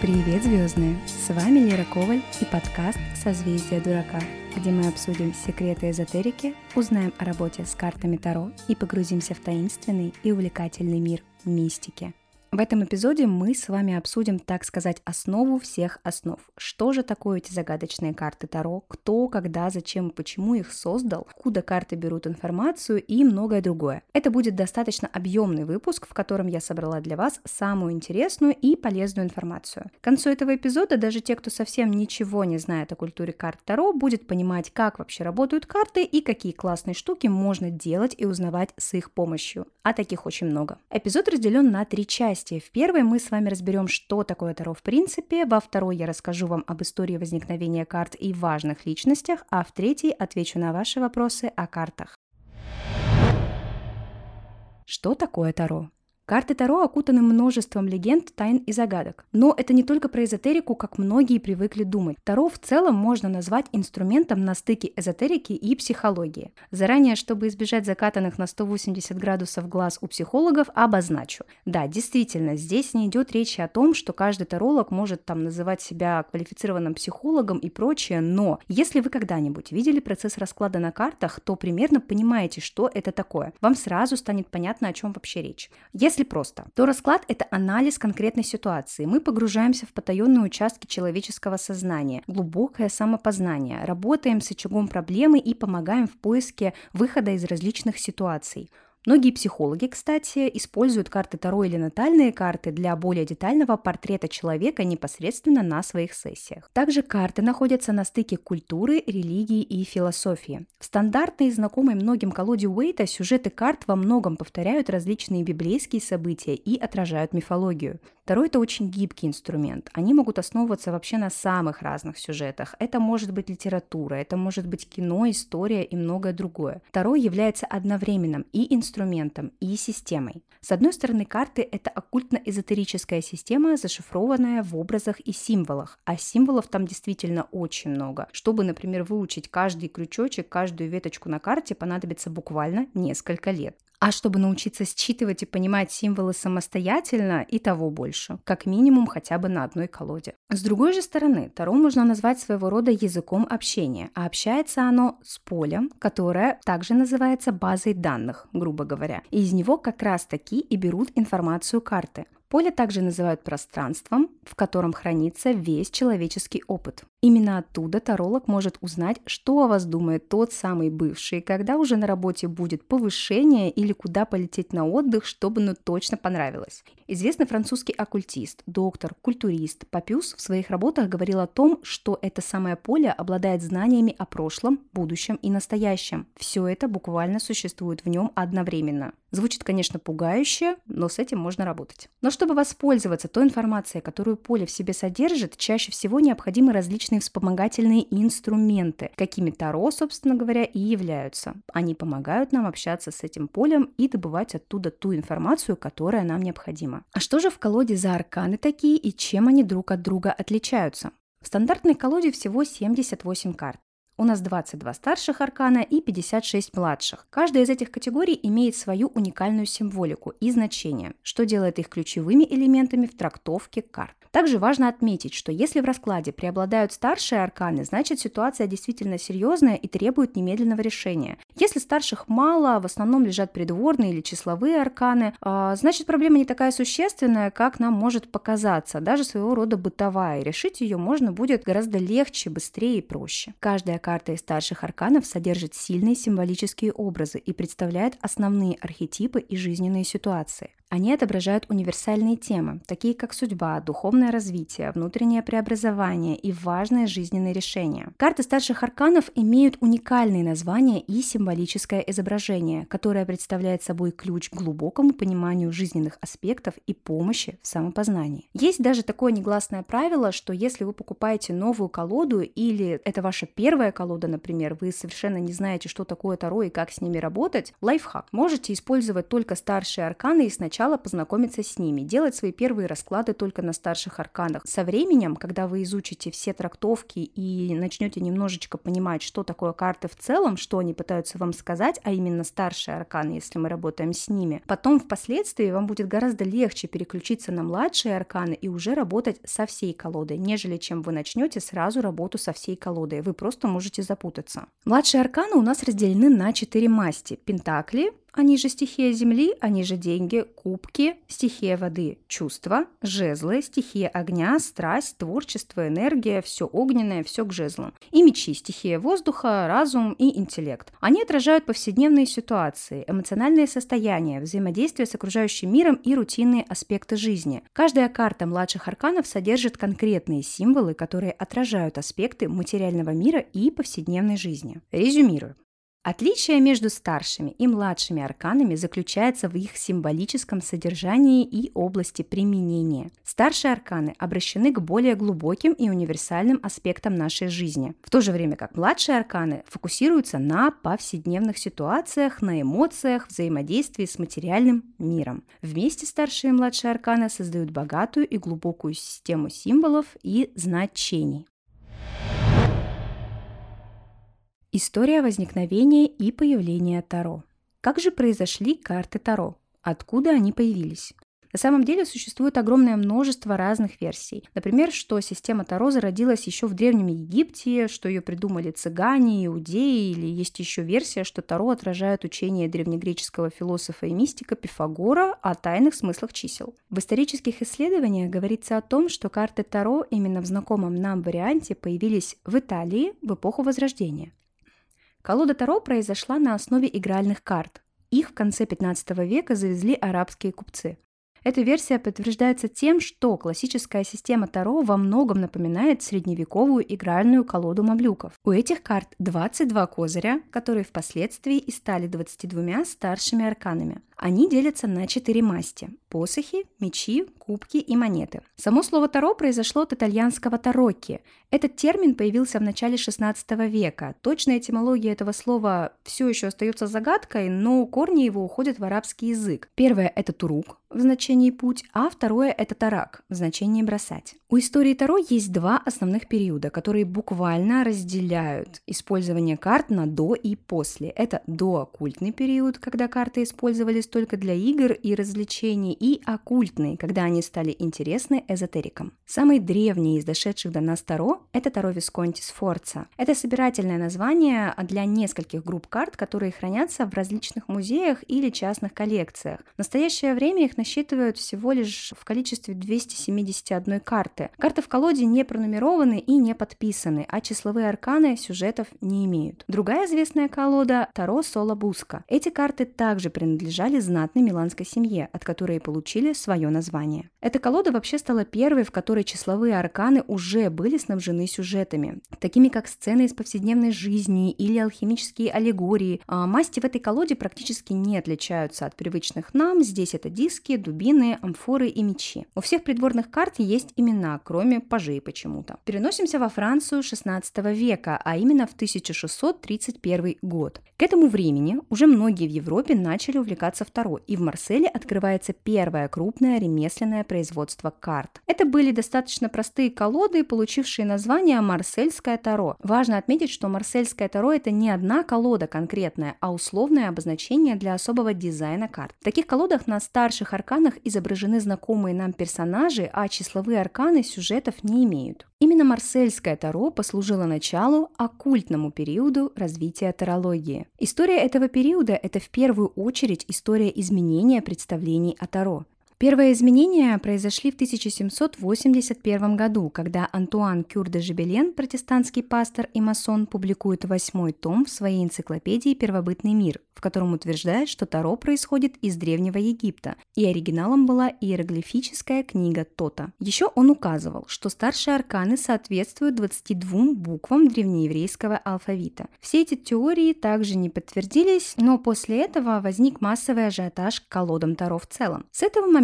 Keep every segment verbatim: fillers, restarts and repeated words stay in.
Привет, звездные! С вами Лера Коваль и подкаст «Созвездие дурака», где мы обсудим секреты эзотерики, узнаем о работе с картами Таро и погрузимся в таинственный и увлекательный мир мистики. В этом эпизоде мы с вами обсудим, так сказать, основу всех основ. Что же такое эти загадочные карты Таро, кто, когда, зачем и почему их создал, откуда карты берут информацию и многое другое. Это будет достаточно объемный выпуск, в котором я собрала для вас самую интересную и полезную информацию. К концу этого эпизода даже те, кто совсем ничего не знает о культуре карт Таро, будет понимать, как вообще работают карты и какие классные штуки можно делать и узнавать с их помощью. А таких очень много. Эпизод разделен на три части. В первой мы с вами разберем, что такое Таро в принципе, во второй я расскажу вам об истории возникновения карт и важных личностях, а в третьей отвечу на ваши вопросы о картах. Что такое Таро? Карты Таро окутаны множеством легенд, тайн и загадок. Но это не только про эзотерику, как многие привыкли думать. Таро в целом можно назвать инструментом на стыке эзотерики и психологии. Заранее, чтобы избежать закатанных на сто восемьдесят градусов глаз у психологов, обозначу. Да, действительно, здесь не идет речи о том, что каждый таролог может там называть себя квалифицированным психологом и прочее, но если вы когда-нибудь видели процесс расклада на картах, то примерно понимаете, что это такое. Вам сразу станет понятно, о чем вообще речь. Если просто, то расклад – это анализ конкретной ситуации. Мы погружаемся в потаенные участки человеческого сознания, глубокое самопознание, работаем с очагом проблемы и помогаем в поиске выхода из различных ситуаций. Многие психологи, кстати, используют карты Таро или натальные карты для более детального портрета человека непосредственно на своих сессиях. Также карты находятся на стыке культуры, религии и философии. В стандартной и знакомой многим колоде Уэйта сюжеты карт во многом повторяют различные библейские события и отражают мифологию. Таро – это очень гибкий инструмент. Они могут основываться вообще на самых разных сюжетах. Это может быть литература, это может быть кино, история и многое другое. Таро является одновременным и инструментом, инструментом и системой. С одной стороны, карты – это оккультно-эзотерическая система, зашифрованная в образах и символах, а символов там действительно очень много. Чтобы, например, выучить каждый крючочек, каждую веточку на карте, понадобится буквально несколько лет. А чтобы научиться считывать и понимать символы самостоятельно, и того больше, как минимум хотя бы на одной колоде. С другой же стороны, Таро можно назвать своего рода языком общения, а общается оно с полем, которое также называется базой данных, грубо говоря. И из него как раз таки и берут информацию карты. Поле также называют пространством, в котором хранится весь человеческий опыт. Именно оттуда таролог может узнать, что о вас думает тот самый бывший, когда уже на работе будет повышение или куда полететь на отдых, чтобы ну точно понравилось. Известный французский оккультист, доктор, культурист Папюс в своих работах говорил о том, что это самое поле обладает знаниями о прошлом, будущем и настоящем. Все это буквально существует в нем одновременно. Звучит, конечно, пугающе, но с этим можно работать. Но чтобы воспользоваться той информацией, которую поле в себе содержит, чаще всего необходимы различные вспомогательные инструменты, какими Таро, собственно говоря, и являются. Они помогают нам общаться с этим полем и добывать оттуда ту информацию, которая нам необходима. А что же в колоде за арканы такие и чем они друг от друга отличаются? В стандартной колоде всего семьдесят восемь карт. У нас двадцать два старших аркана и пятьдесят шесть младших. Каждая из этих категорий имеет свою уникальную символику и значение, что делает их ключевыми элементами в трактовке карт. Также важно отметить, что если в раскладе преобладают старшие арканы, значит ситуация действительно серьезная и требует немедленного решения. Если старших мало, в основном лежат придворные или числовые арканы, значит проблема не такая существенная, как нам может показаться, даже своего рода бытовая, и решить ее можно будет гораздо легче, быстрее и проще. Каждая карта из старших арканов содержит сильные символические образы и представляет основные архетипы и жизненные ситуации. Они отображают универсальные темы, такие как судьба, духовное развитие, внутреннее преобразование и важные жизненные решения. Карты старших арканов имеют уникальные названия и символическое изображение, которое представляет собой ключ к глубокому пониманию жизненных аспектов и помощи в самопознании. Есть даже такое негласное правило, что если вы покупаете новую колоду или это ваша первая колода, например, вы совершенно не знаете, что такое Таро и как с ними работать, лайфхак. Можете использовать только старшие арканы и сначала сначала познакомиться с ними, делать свои первые расклады только на старших арканах. Со временем, когда вы изучите все трактовки и начнете немножечко понимать, что такое карты в целом, что они пытаются вам сказать, а именно старшие арканы, если мы работаем с ними, потом впоследствии вам будет гораздо легче переключиться на младшие арканы и уже работать со всей колодой, нежели чем вы начнете сразу работу со всей колодой. Вы просто можете запутаться. Младшие арканы у нас разделены на четыре масти. Пентакли, они же стихия земли, они же деньги, кубки, стихия воды, чувства, жезлы, стихия огня, страсть, творчество, энергия, все огненное, все к жезлам. И мечи, стихия воздуха, разум и интеллект. Они отражают повседневные ситуации, эмоциональные состояния, взаимодействие с окружающим миром и рутинные аспекты жизни. Каждая карта младших арканов содержит конкретные символы, которые отражают аспекты материального мира и повседневной жизни. Резюмирую. Отличие между старшими и младшими арканами заключается в их символическом содержании и области применения. Старшие арканы обращены к более глубоким и универсальным аспектам нашей жизни, в то же время как младшие арканы фокусируются на повседневных ситуациях, на эмоциях, взаимодействии с материальным миром. Вместе старшие и младшие арканы создают богатую и глубокую систему символов и значений. История возникновения и появления Таро. Как же произошли карты Таро? Откуда они появились? На самом деле существует огромное множество разных версий. Например, что система Таро зародилась еще в Древнем Египте, что ее придумали цыгане, иудеи, или есть еще версия, что Таро отражает учение древнегреческого философа и мистика Пифагора о тайных смыслах чисел. В исторических исследованиях говорится о том, что карты Таро именно в знакомом нам варианте появились в Италии в эпоху Возрождения. Колода Таро произошла на основе игральных карт. Их в конце пятнадцатого века завезли арабские купцы. Эта версия подтверждается тем, что классическая система Таро во многом напоминает средневековую игральную колоду мамлюков. У этих карт двадцать два козыря, которые впоследствии и стали двадцатью двумя старшими арканами. Они делятся на четыре масти – посохи, мечи, кубки и монеты. Само слово «таро» произошло от итальянского «тарокки». Этот термин появился в начале шестнадцатого века. Точная этимология этого слова все еще остается загадкой, но корни его уходят в арабский язык. Первое – это турук в значении «путь», а второе – это тарак в значении «бросать». У истории Таро есть два основных периода, которые буквально разделяют использование карт на «до» и «после». Это дооккультный период, когда карты использовались только для игр и развлечений, и оккультный, когда они стали интересны эзотерикам. Самый древний из дошедших до нас Таро – это Таро Висконти Сфорца. Это собирательное название для нескольких групп карт, которые хранятся в различных музеях или частных коллекциях. В настоящее время их насчитывают всего лишь в количестве двести семьдесят одна карты. Карты в колоде не пронумерованы и не подписаны, а числовые арканы сюжетов не имеют. Другая известная колода – Таро Соло Буско. Эти карты также принадлежали знатной миланской семье, от которой получили свое название. Эта колода вообще стала первой, в которой числовые арканы уже были снабжены сюжетами, такими как сцены из повседневной жизни или алхимические аллегории. А масти в этой колоде практически не отличаются от привычных нам. Здесь это диски, дубины, амфоры и мечи. У всех придворных карт есть имена, кроме пажей почему-то. Переносимся во Францию шестнадцатого века, а именно в тысяча шестьсот тридцать первый год. К этому времени уже многие в Европе начали увлекаться в Таро, и в Марселе открывается первое крупное ремесленное производство карт. Это были достаточно простые колоды, получившие название «Марсельское Таро». Важно отметить, что Марсельское Таро – это не одна колода конкретная, а условное обозначение для особого дизайна карт. В таких колодах на старших арканах изображены знакомые нам персонажи, а числовые арканы сюжетов не имеют. Именно Марсельское Таро послужило началу оккультному периоду развития тарологии. История этого периода – это в первую очередь история изменения представлений о Таро. Первые изменения произошли в тысяча семьсот восемьдесят первом году, когда Антуан Кюр де Жебелен, протестантский пастор и масон, публикует восьмой том в своей энциклопедии «Первобытный мир», в котором утверждает, что Таро происходит из Древнего Египта, и оригиналом была иероглифическая книга Тота. Еще он указывал, что старшие арканы соответствуют двадцати двум буквам древнееврейского алфавита. Все эти теории также не подтвердились, но после этого возник массовый ажиотаж к колодам Таро в целом. С этого момента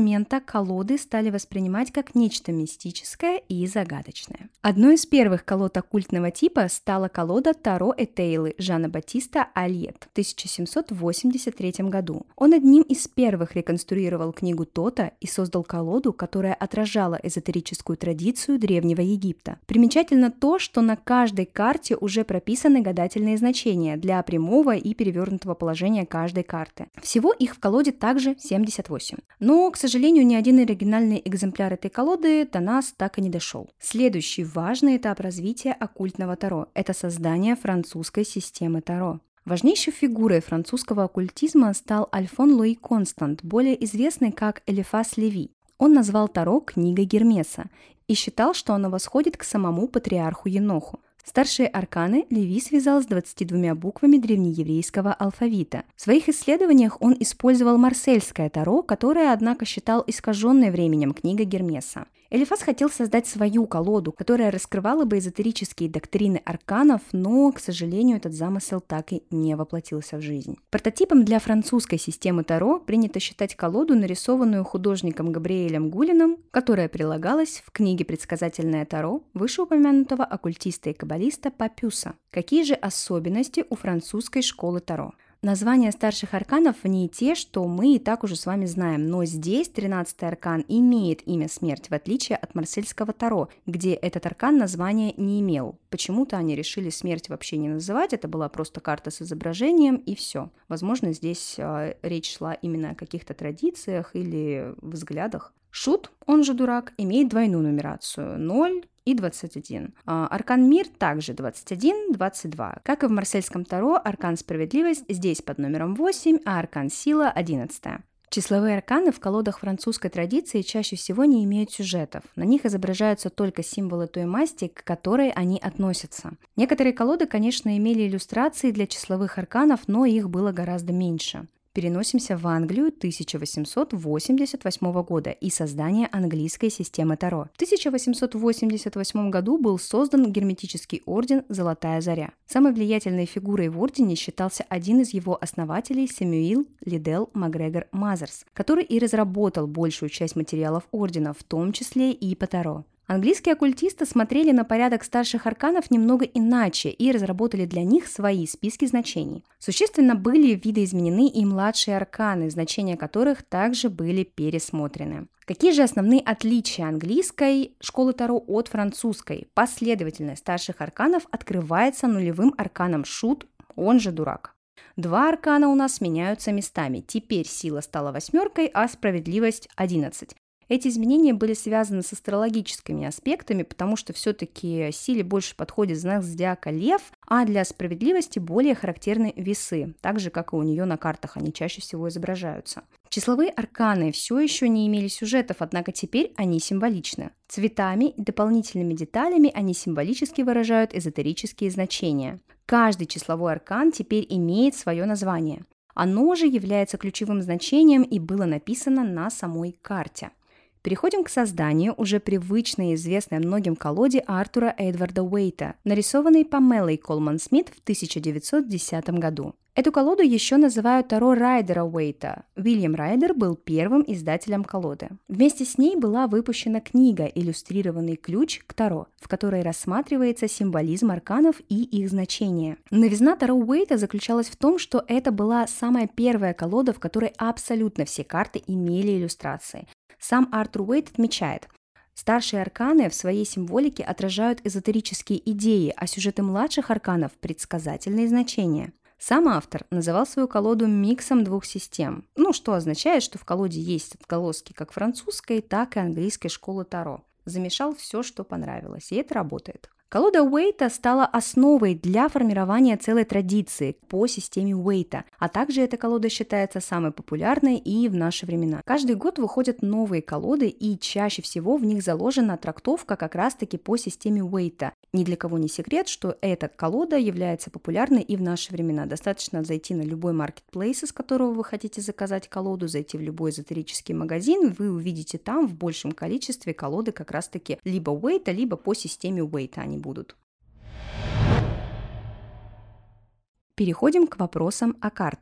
момента колоды стали воспринимать как нечто мистическое и загадочное. Одной из первых колод оккультного типа стала колода Таро Этейлы Жана Батиста Альет в тысяча семьсот восемьдесят третьем году. Он одним из первых реконструировал книгу Тота и создал колоду, которая отражала эзотерическую традицию Древнего Египта. Примечательно то, что на каждой карте уже прописаны гадательные значения для прямого и перевернутого положения каждой карты. Всего их в колоде также семьдесят восемь. Но, к сожалению, ни один оригинальный экземпляр этой колоды до нас так и не дошел. Следующий важный этап развития оккультного Таро – это создание французской системы Таро. Важнейшей фигурой французского оккультизма стал Альфон Луи Констант, более известный как Элифас Леви. Он назвал Таро книгой Гермеса и считал, что оно восходит к самому патриарху Еноху. Старшие арканы Леви связал с двадцатью двумя буквами древнееврейского алфавита. В своих исследованиях он использовал марсельское Таро, которое, однако, считал искаженной временем книга Гермеса. Элифас хотел создать свою колоду, которая раскрывала бы эзотерические доктрины арканов, но, к сожалению, этот замысел так и не воплотился в жизнь. Прототипом для французской системы Таро принято считать колоду, нарисованную художником Габриэлем Гулином, которая прилагалась в книге «Предсказательное Таро» вышеупомянутого оккультиста и каббалиста Папюса. Какие же особенности у французской школы Таро? Названия старших арканов в ней те, что мы и так уже с вами знаем, но здесь тринадцатый аркан имеет имя смерть, в отличие от марсельского Таро, где этот аркан названия не имел. Почему-то они решили смерть вообще не называть, это была просто карта с изображением и все. Возможно, здесь э, речь шла именно о каких-то традициях или взглядах. Шут, он же дурак, имеет двойную нумерацию – ноль и двадцать один. Аркан Мир также двадцать один, двадцать два. Как и в марсельском Таро, аркан Справедливость здесь под номером восемь, а аркан Сила – одиннадцать. Числовые арканы в колодах французской традиции чаще всего не имеют сюжетов. На них изображаются только символы той масти, к которой они относятся. Некоторые колоды, конечно, имели иллюстрации для числовых арканов, но их было гораздо меньше. Переносимся в Англию тысяча восемьсот восемьдесят восьмого года и создание английской системы Таро. В тысяча восемьсот восемьдесят восьмом году был создан герметический орден «Золотая заря». Самой влиятельной фигурой в ордене считался один из его основателей Сэмюэл Лиддел Макгрегор Мазерс, который и разработал большую часть материалов ордена, в том числе и по Таро. Английские оккультисты смотрели на порядок старших арканов немного иначе и разработали для них свои списки значений. Существенно были видоизменены и младшие арканы, значения которых также были пересмотрены. Какие же основные отличия английской школы Таро от французской? Последовательность старших арканов открывается нулевым арканом Шут, он же дурак. Два аркана у нас меняются местами. Теперь сила стала восьмеркой, а справедливость – одиннадцать. Эти изменения были связаны с астрологическими аспектами, потому что все-таки силе больше подходит знак зодиака Лев, а для справедливости более характерны весы, так же, как и у нее на картах они чаще всего изображаются. Числовые арканы все еще не имели сюжетов, однако теперь они символичны. Цветами и дополнительными деталями они символически выражают эзотерические значения. Каждый числовой аркан теперь имеет свое название. Оно же является ключевым значением и было написано на самой карте. Переходим к созданию уже привычной и известной многим колоде Артура Эдварда Уэйта, нарисованной Памелой Колман Смит в тысяча девятьсот десятом году. Эту колоду еще называют Таро Райдера Уэйта. Уильям Райдер был первым издателем колоды. Вместе с ней была выпущена книга «Иллюстрированный ключ к Таро», в которой рассматривается символизм арканов и их значения. Новизна Таро Уэйта заключалась в том, что это была самая первая колода, в которой абсолютно все карты имели иллюстрации. Сам Артур Уэйт отмечает, старшие арканы в своей символике отражают эзотерические идеи, а сюжеты младших арканов – предсказательные значения. Сам автор называл свою колоду миксом двух систем, ну, что означает, что в колоде есть отголоски как французской, так и английской школы Таро. Замешал все, что понравилось, и это работает. Колода Уэйта стала основой для формирования целой традиции по системе Уэйта, а также эта колода считается самой популярной и в наши времена. Каждый год выходят новые колоды, и чаще всего в них заложена трактовка как раз-таки по системе Уэйта. Ни для кого не секрет, что эта колода является популярной и в наши времена. Достаточно зайти на любой маркетплейс, из которого вы хотите заказать колоду, зайти в любой эзотерический магазин, вы увидите там в большем количестве колоды как раз-таки либо Уэйта, либо по системе Уэйта они будут. Переходим к вопросам о картах.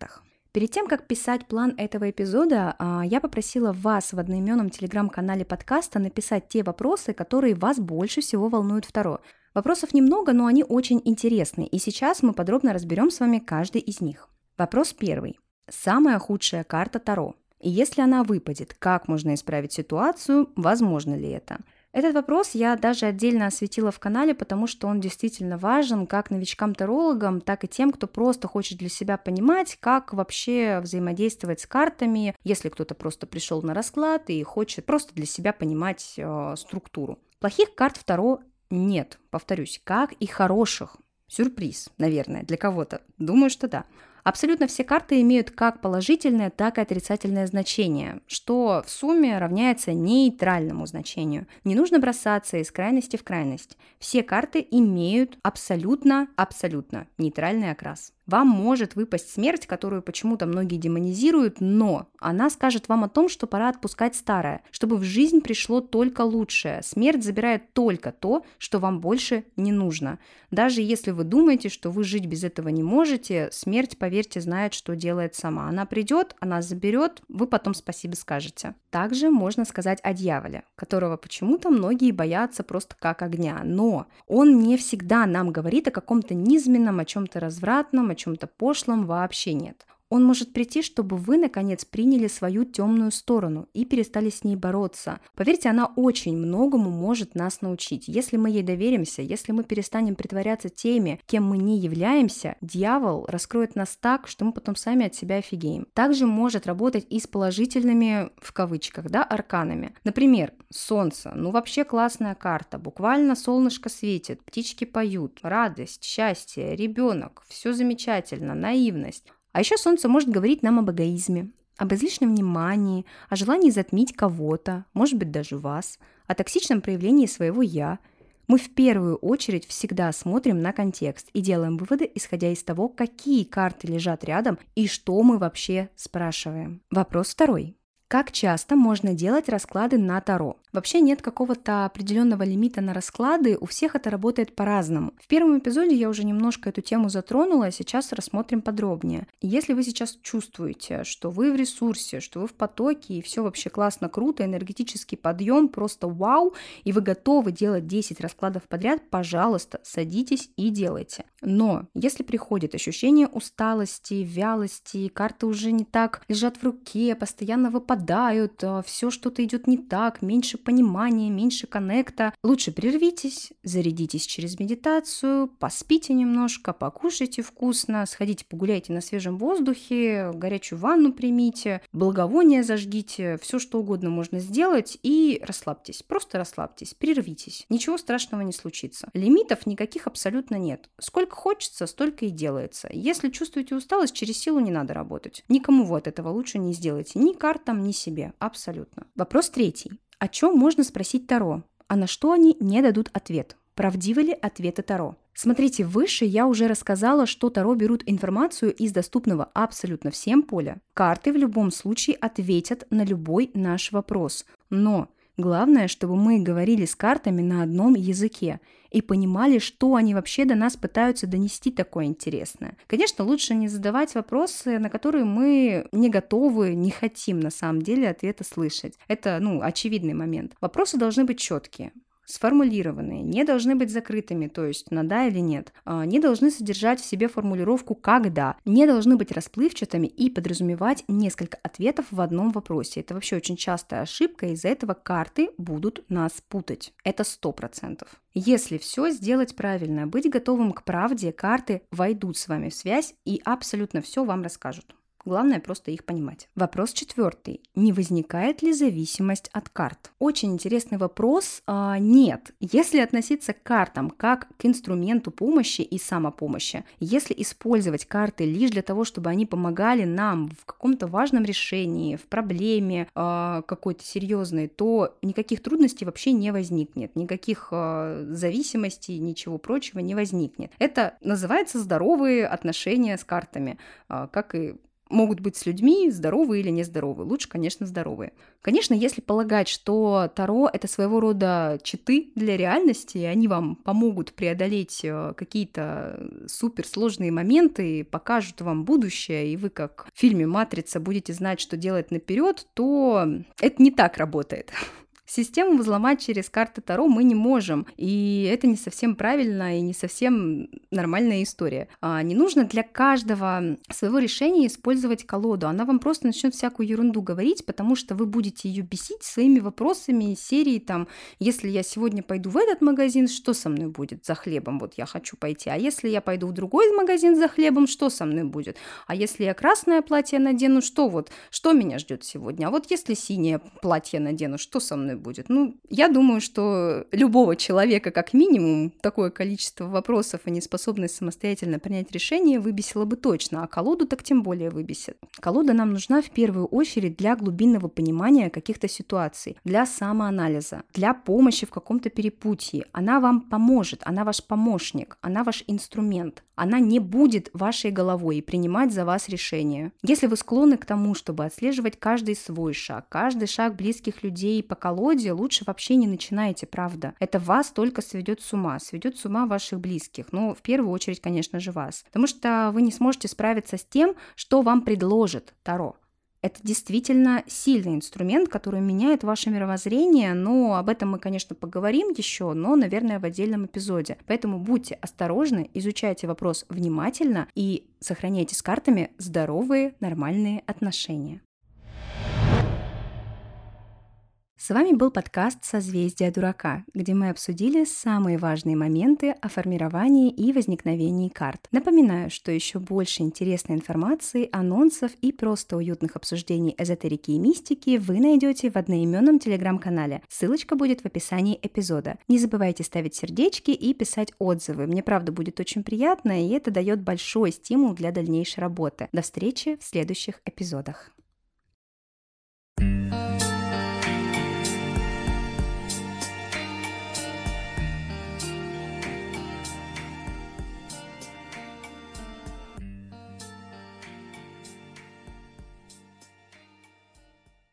Перед тем, как писать план этого эпизода, я попросила вас в одноименном телеграм-канале подкаста написать те вопросы, которые вас больше всего волнуют в Таро. Вопросов немного, но они очень интересны, и сейчас мы подробно разберем с вами каждый из них. Вопрос первый. Самая худшая карта Таро. И если она выпадет, как можно исправить ситуацию, возможно ли это? Этот вопрос я даже отдельно осветила в канале, потому что он действительно важен как новичкам-тарологам, так и тем, кто просто хочет для себя понимать, как вообще взаимодействовать с картами, если кто-то просто пришел на расклад и хочет просто для себя понимать э, структуру. Плохих карт в Таро нет, повторюсь, как и хороших. Сюрприз, наверное, для кого-то. Думаю, что да. Абсолютно все карты имеют как положительное, так и отрицательное значение, что в сумме равняется нейтральному значению. Не нужно бросаться из крайности в крайность. Все карты имеют абсолютно, абсолютно нейтральный окрас. Вам может выпасть смерть, которую почему-то многие демонизируют, но она скажет вам о том, что пора отпускать старое, чтобы в жизнь пришло только лучшее. Смерть забирает только то, что вам больше не нужно. Даже если вы думаете, что вы жить без этого не можете, смерть, поверьте, знает, что делает сама. Она придет, она заберет, вы потом спасибо скажете. Также можно сказать о дьяволе, которого почему-то многие боятся просто как огня, но он не всегда нам говорит о каком-то низменном, о чем-то развратном, о чем-то пошлом, вообще нет. Он может прийти, чтобы вы, наконец, приняли свою темную сторону и перестали с ней бороться. Поверьте, она очень многому может нас научить. Если мы ей доверимся, если мы перестанем притворяться теми, кем мы не являемся, дьявол раскроет нас так, что мы потом сами от себя офигеем. Также может работать и с положительными, в кавычках, да, арканами. Например, солнце. Ну, вообще классная карта. Буквально солнышко светит, птички поют, радость, счастье, ребенок. Все замечательно, наивность. А еще солнце может говорить нам об эгоизме, об излишнем внимании, о желании затмить кого-то, может быть, даже вас, о токсичном проявлении своего «я». Мы в первую очередь всегда смотрим на контекст и делаем выводы, исходя из того, какие карты лежат рядом и что мы вообще спрашиваем. Вопрос второй. Как часто можно делать расклады на Таро? Вообще нет какого-то определенного лимита на расклады, у всех это работает по-разному. В первом эпизоде я уже немножко эту тему затронула, а сейчас рассмотрим подробнее. Если вы сейчас чувствуете, что вы в ресурсе, что вы в потоке, и все вообще классно, круто, энергетический подъем, просто вау, и вы готовы делать десять раскладов подряд, пожалуйста, садитесь и делайте. Но если приходит ощущение усталости, вялости, карты уже не так лежат в руке, постоянно выпадают, все что-то идет не так, меньше понимания, меньше коннекта, лучше прервитесь, зарядитесь через медитацию, поспите немножко, покушайте вкусно, сходите погуляйте на свежем воздухе, горячую ванну примите, благовония зажгите, все что угодно можно сделать и расслабьтесь, просто расслабьтесь, прервитесь, ничего страшного не случится. Лимитов никаких абсолютно нет. Сколько хочется, столько и делается. Если чувствуете усталость, через силу не надо работать. Никому вы от этого лучше не сделаете, ни картам, ни себе, абсолютно. Вопрос третий. О чем можно спросить Таро, а на что они не дадут ответ? Правдивы ли ответы Таро? Смотрите, выше я уже рассказала, что Таро берут информацию из доступного абсолютно всем поля. Карты в любом случае ответят на любой наш вопрос. Но главное, чтобы мы говорили с картами на одном языке и понимали, что они вообще до нас пытаются донести такое интересное. Конечно, лучше не задавать вопросы, на которые мы не готовы, не хотим на самом деле ответа слышать. Это, ну, очевидный момент. Вопросы должны быть четкие, сформулированные, не должны быть закрытыми, то есть на да или нет, не должны содержать в себе формулировку «когда», не должны быть расплывчатыми и подразумевать несколько ответов в одном вопросе. Это вообще очень частая ошибка, из-за этого карты будут нас путать. Это сто процентов. Если все сделать правильно, быть готовым к правде, карты войдут с вами в связь и абсолютно все вам расскажут. Главное просто их понимать. Вопрос четвертый. Не возникает ли зависимость от карт? Очень интересный вопрос. А, нет. Если относиться к картам как к инструменту помощи и самопомощи, если использовать карты лишь для того, чтобы они помогали нам в каком-то важном решении, в проблеме а, какой-то серьезной, то никаких трудностей вообще не возникнет, никаких а, зависимостей, ничего прочего не возникнет. Это называется здоровые отношения с картами, а, как и могут быть с людьми, здоровые или нездоровые. Лучше, конечно, здоровые. Конечно, если полагать, что Таро — это своего рода читы для реальности, и они вам помогут преодолеть какие-то суперсложные моменты, покажут вам будущее, и вы, как в фильме «Матрица», будете знать, что делать наперед, то это не так работает. Систему взломать через карты Таро мы не можем, и это не совсем правильно и не совсем нормальная история. А не нужно для каждого своего решения использовать колоду, она вам просто начнет всякую ерунду говорить, потому что вы будете ее бесить своими вопросами из серии там: если я сегодня пойду в этот магазин, что со мной будет за хлебом? Вот я хочу пойти. А если я пойду в другой магазин за хлебом, что со мной будет? А если я красное платье надену, что вот, что меня ждет сегодня? А вот если синее платье надену, что со мной будет? Ну, я думаю, что любого человека, как минимум, такое количество вопросов и неспособность самостоятельно принять решение выбесило бы точно, а колоду так тем более выбесит. Колода нам нужна в первую очередь для глубинного понимания каких-то ситуаций, для самоанализа, для помощи в каком-то перепутье. Она вам поможет, она ваш помощник, она ваш инструмент. Она не будет вашей головой и принимать за вас решения. Если вы склонны к тому, чтобы отслеживать каждый свой шаг, каждый шаг близких людей по колоде, лучше вообще не начинайте, правда. Это вас только сведет с ума, сведет с ума ваших близких. Ну, в первую очередь, конечно же, вас. Потому что вы не сможете справиться с тем, что вам предложит Таро. Это действительно сильный инструмент, который меняет ваше мировоззрение, но об этом мы, конечно, поговорим еще, но, наверное, в отдельном эпизоде. Поэтому будьте осторожны, изучайте вопрос внимательно и сохраняйте с картами здоровые, нормальные отношения. С вами был подкаст «Созвездие дурака», где мы обсудили самые важные моменты о формировании и возникновении карт. Напоминаю, что еще больше интересной информации, анонсов и просто уютных обсуждений эзотерики и мистики вы найдете в одноименном телеграм-канале. Ссылочка будет в описании эпизода. Не забывайте ставить сердечки и писать отзывы. Мне правда будет очень приятно, и это дает большой стимул для дальнейшей работы. До встречи в следующих эпизодах.